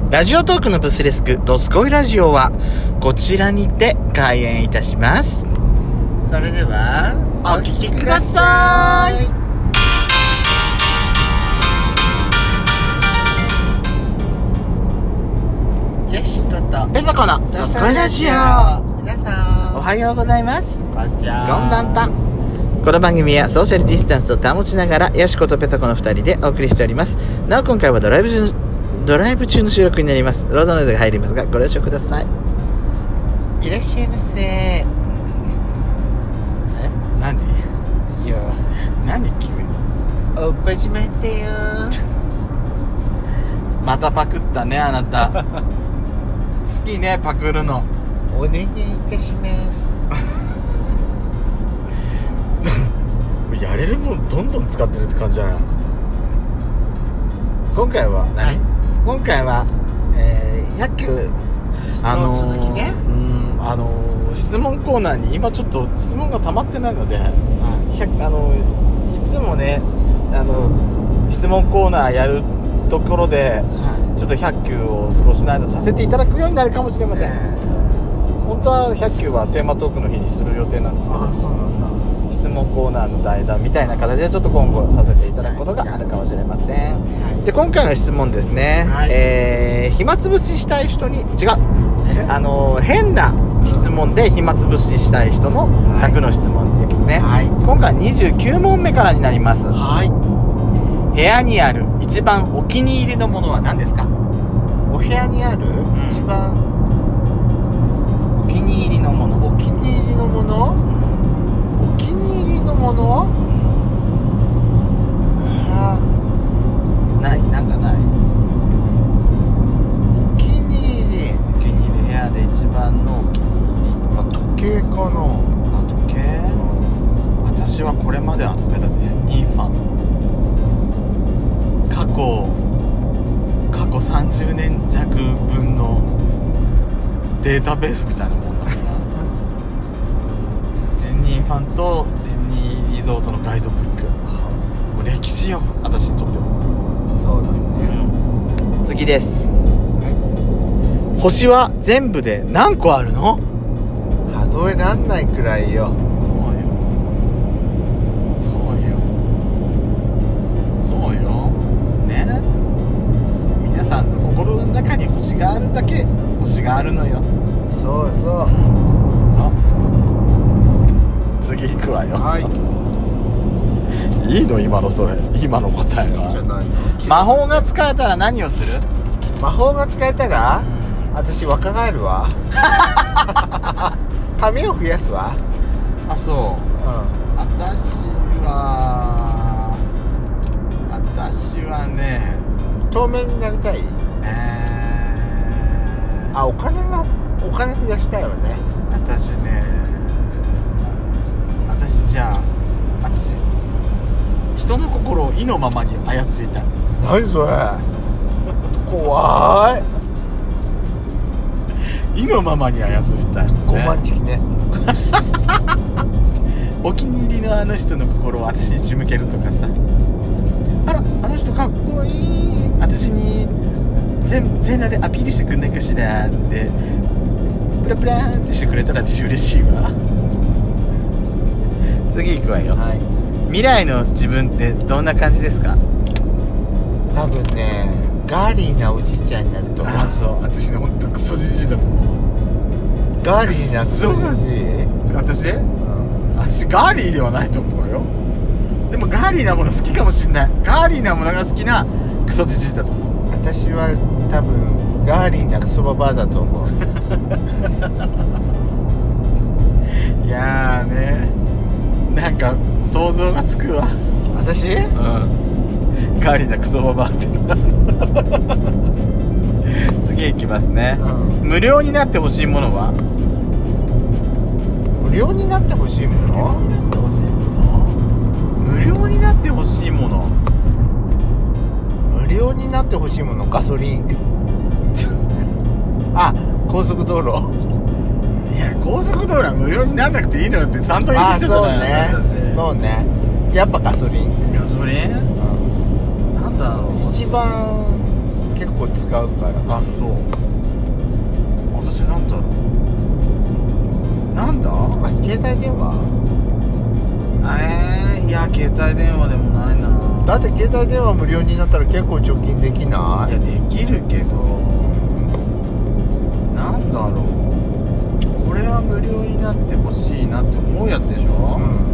ラジオトークのブスレスクドスコイラジオはこちらにて開演いたします。 それではお聞きください。 よしことペソコのドスコイラジオ、 皆さんおはようございます。 こんにちは。 こんばんぱん。この番組はソーシャルディスタンスを保ちながらヤシコとペソコの2人でお送りしております。なお今回はドライブ中の収録になります。ロードノイズが入りますがご了承ください。 いらっしゃいませ。 何いや何急におっぱじまったよ。 またパクったねあなた好きねパクるの。 お願いいたします。 やれるもんどんどん使ってるって感じじゃない。今回は何、 はい、 今回は、100球の続きね、 質問コーナーに今ちょっと質問が溜まってないので、いつもね質問コーナーやるところで、ちょっと100球を少しの間させていただくようになるかもしれません。本当は100球はテーマトークの日にする予定なんですけど、 そうなんだ。 質問コーナーの代打みたいな形でちょっと今後させていただくことがあるかもしれません。で今回の質問ですね、暇つぶししたい人に変な質問で暇つぶししたい人の100の質問っていうことね、今回29問目からになります。部屋にある一番お気に入りのものは何ですか？ お部屋にある、一番お気に入りのもの。 お気に入りのもの、お気に入りのもの、 ない？なんかない？ お気に入り、 お気に入り、部屋で一番のお気に入り。 時計かな。 時計？私はこれまで集めたディズニーファン、過去30年弱分のデータベースみたいなもんだからディズニーファンとディズニーリゾートのガイドブック、もう歴史よ私にとっては。 そうだね、 次です、星は全部で何個あるの？ 数えらんないくらいよ。 そうよね。皆さんの心の中に星があるだけ星があるのよ。 そうそう。 次行くわよ。いいの今のそれ、今の答えは。魔法が使えたら何をする？ 魔法が使えたら、私若返るわ。髪を増やすわ。 あ、そう。私はね、 透明になりたい。お金増やしたいわね。 私人の心を意のままに操りたい。 何それ。怖い。 意のままに操りたい、ね、 5万チキね。 お気に入りのあの人の心を私に仕向けるとかさ、あらあの人かっこいい、私に全裸でアピールしてくんないかしらってプラプラーってしてくれたら私嬉しいわ。次行くわよ、未来の自分ってどんな感じですか？ 多分ね、ガーリーなおじいちゃんになると思う。 そう、私ね、ほんとクソじじいだと思う。 ガーリーなクソじじい？ 私ガーリーではないと思うよ。でもガーリーなもの好きかもしんない。ガーリーなものが好きなクソじじいだと思う。 私は多分ガーリーなクソババアだと思う。 いやーね、なんか想像がつくわ。 私？ ガーリーなクソババアって次行きますね、無料になってほしいものは？ 無料になってほしいもの？ 無料になってほしいもの。 無料になってほしいもの、ガソリン。高速道路。 いや、高速道路は無料になんなくていいのよってちゃんと言ってきたじゃない。 そうね。やっぱガソリン。 ガソリン？なんだろう。 一番結構使うから。 あ、そう。私なんだろう、なんだ、 あ、携帯電話。 いや携帯電話でもないな。 だって携帯電話無料になったら結構貯金できない？ いやできるけど、なんだろう、これは無料になってほしいなって思うやつでしょ。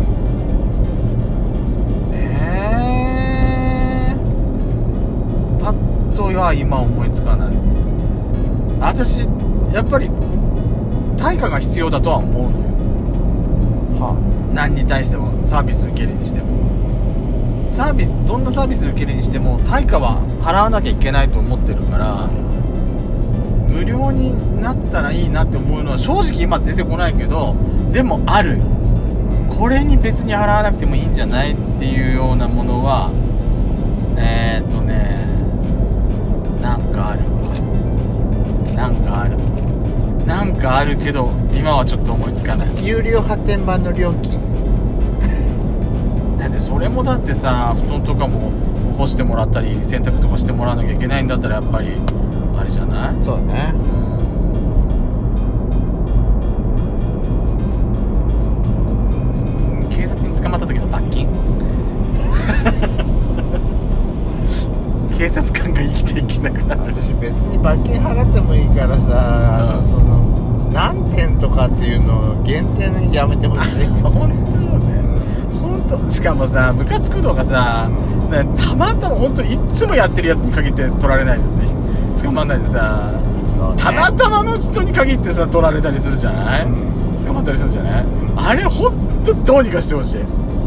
パッとは今思いつかない。私やっぱり対価が必要だとは思うのよ。何に対しても、サービス受けるにしても、どんなサービス受けるにしても対価は払わなきゃいけないと思ってるから、無料になったらいいなって思うのは正直今出てこないけど、でもある。これに別に払わなくてもいいんじゃないっていうようなものはなんかあるけど今はちょっと思いつかない。 有料発展版の料金だってそれもだってさ、布団とかも干してもらったり洗濯とかしてもらわなきゃいけないんだったらやっぱりあれじゃない？ そうね。 警察に捕まった時の罰金警察官が生きていけなくなる。 私別に罰金払ってもいいからさ、その何点とかっていうのを限定にやめてほしい。 本当よね、本当。しかもさ、ムカつくのがさ、たまたま本当いつもやってるやつに限って取られないです、捕まんないでさ、ね、たまたまの人に限ってさ取られたりするじゃない、捕まったりするじゃない、あれ本当どうにかしてほしい。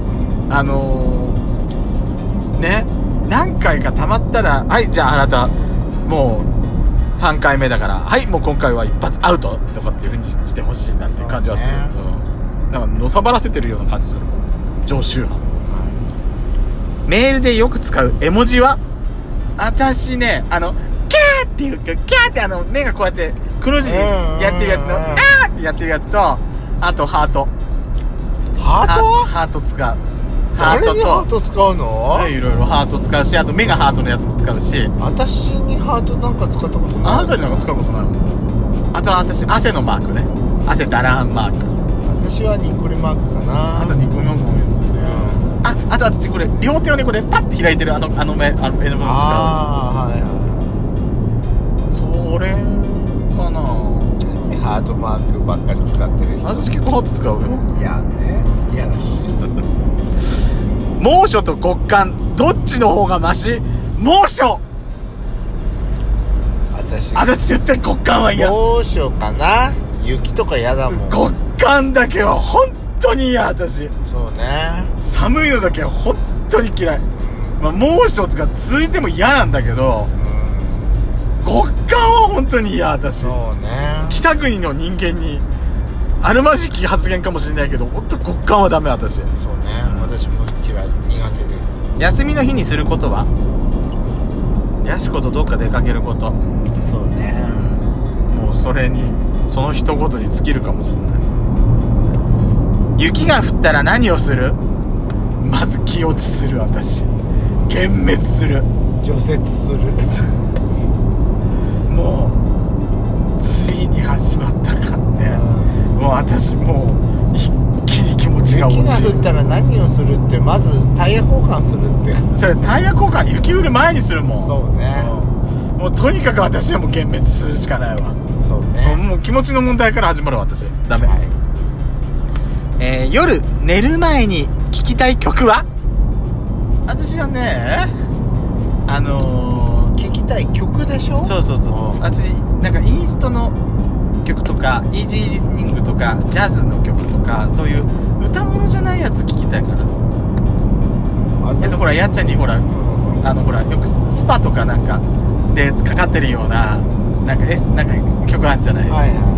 ね、何回か溜まったら、はい、じゃああなたもう3回目だから、はい、もう今回は一発アウトとかっていう風にしてほしいなっていう感じはする。なんかのさばらせてるような感じする。常習犯。メールでよく使う絵文字は、私ね、キャーっていうか、キャーって目がこうやってくの字にやってるやつの、あーってやってるやつと、あとハート。ハート使う。 誰にハート使うの？ いろいろハート使うし、あと目がハートのやつも使うし。 私にハートなんか使ったことない。 あなたになんか使うことないもん。あとは私、汗のマークね。汗だらんマーク。 私はニコリマークかな。 あなたニコリマークもいるもんね。あと私これ、両手をね、これパッて開いてる絵の部分を使う。 はいはい。 それかな。 ハートマークばっかり使ってる人。 私結構ハート使うよ。 いやね、いやらしい。 猛暑と極寒どっちの方がマシ？猛暑。私絶対極寒は嫌。 猛暑かな。雪とか嫌だもん。 極寒だけは本当に嫌。私そうね、 寒いのだけは本当に嫌い。猛暑が続いても嫌なんだけど、極寒は本当に嫌。私そうね、 北国の人間にあるまじき発言かもしれないけど、本当極寒はダメ。私そうね、私も嫌い、苦手です。 休みの日にすることは、やしことどっか出かけること。 そうね、 もうそれにその一言に尽きるかもしれない。雪が降ったら何をする？まず気落ちする。私幻滅する。 除雪する。 もうついに始まったからね。もう私もう一気に気持ちが落ちる。 雪が降ったら何をするって、まずタイヤ交換するって。 それタイヤ交換雪降る前にするもん。 そうね、 もうとにかく私はもう幻滅するしかないわ。 そうね、 もう気持ちの問題から始まる。私ダメ、夜寝る前に聴きたい曲は？私はね、 聴きたい曲でしょ？ そう私なんかインストの曲とかイージーリスニングとかジャズの曲とか、そういう歌物じゃないやつ聴きたいかな。ほらやっちゃんにほらほらよくスパとかなんかでかかってるようななんか曲あるんじゃない？はいはい。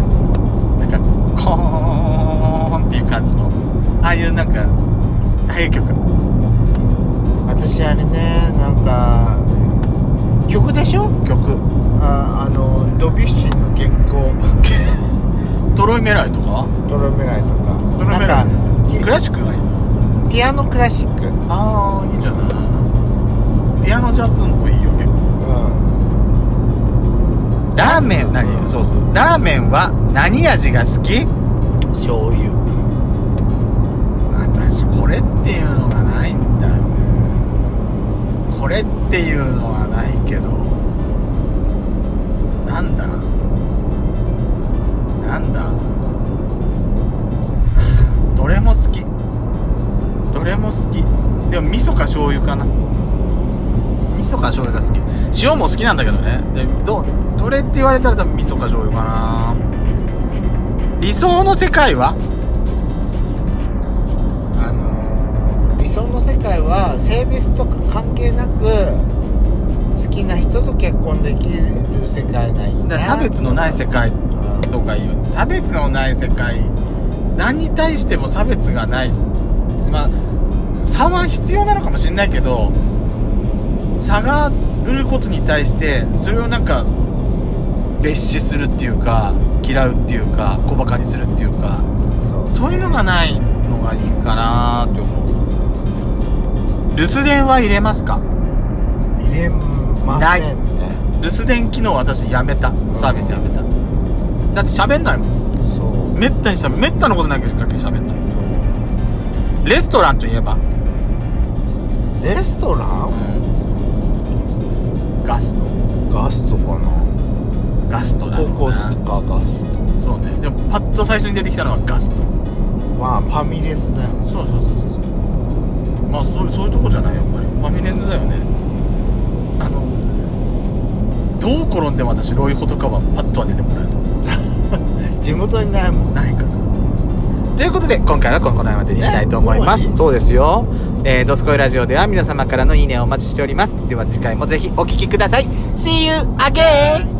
なんかコーンっていう感じのああいうなんかああいう曲。 私あれね、なんか曲でしょ？ 曲。 ドビュッシーの原稿。 トロイメライとか？ トロイメライとか。 なんかクラシックがいいの？ ピアノクラシック。 ああ、いいんじゃない？ピアノジャズもいいよ結構。 ラーメンそうラーメンは何味が好き？ 醤油。 私これっていうのがないんだよね。これっていうのはないけど、なんだどれも好き。でも味噌か醤油かな。味噌か醤油が好き。塩も好きなんだけどね。でどれって言われたら多分味噌か醤油かな。理想の世界は？ 理想の世界は性別とか関係なく好きな人と結婚できる世界がいいな。 差別のない世界とかいう、差別のない世界、何に対しても差別がない。まあ差は必要なのかもしれないけど、差があることに対してそれをなんか蔑視するっていうか、嫌うっていうか、小バカにするっていうか、そういうのがないのがいいかなって思う。留守電は入れますか？ 入れませんね。 留守電機能私やめた。サービスやめた。だって喋んないもん。 そう。 めったのことないけどかけて喋んない。レストランといえば？ レストラン？ ガストかな。 ガストだろうな。 ココスかガスト。 そうね。でもパッと最初に出てきたのはガスト。 まあファミレスだよ。 そうまあそういうとこじゃないやっぱり。ファミレスだよね。どう転んでも私ロイホとかはパッとは出てもらえると地元にないもん。 ないかな。ということで今回はこの辺までにしたいと思います。そうですよ。ドスコイラジオでは皆様からのいいねをお待ちしております。では次回もぜひお聞きください。See you again!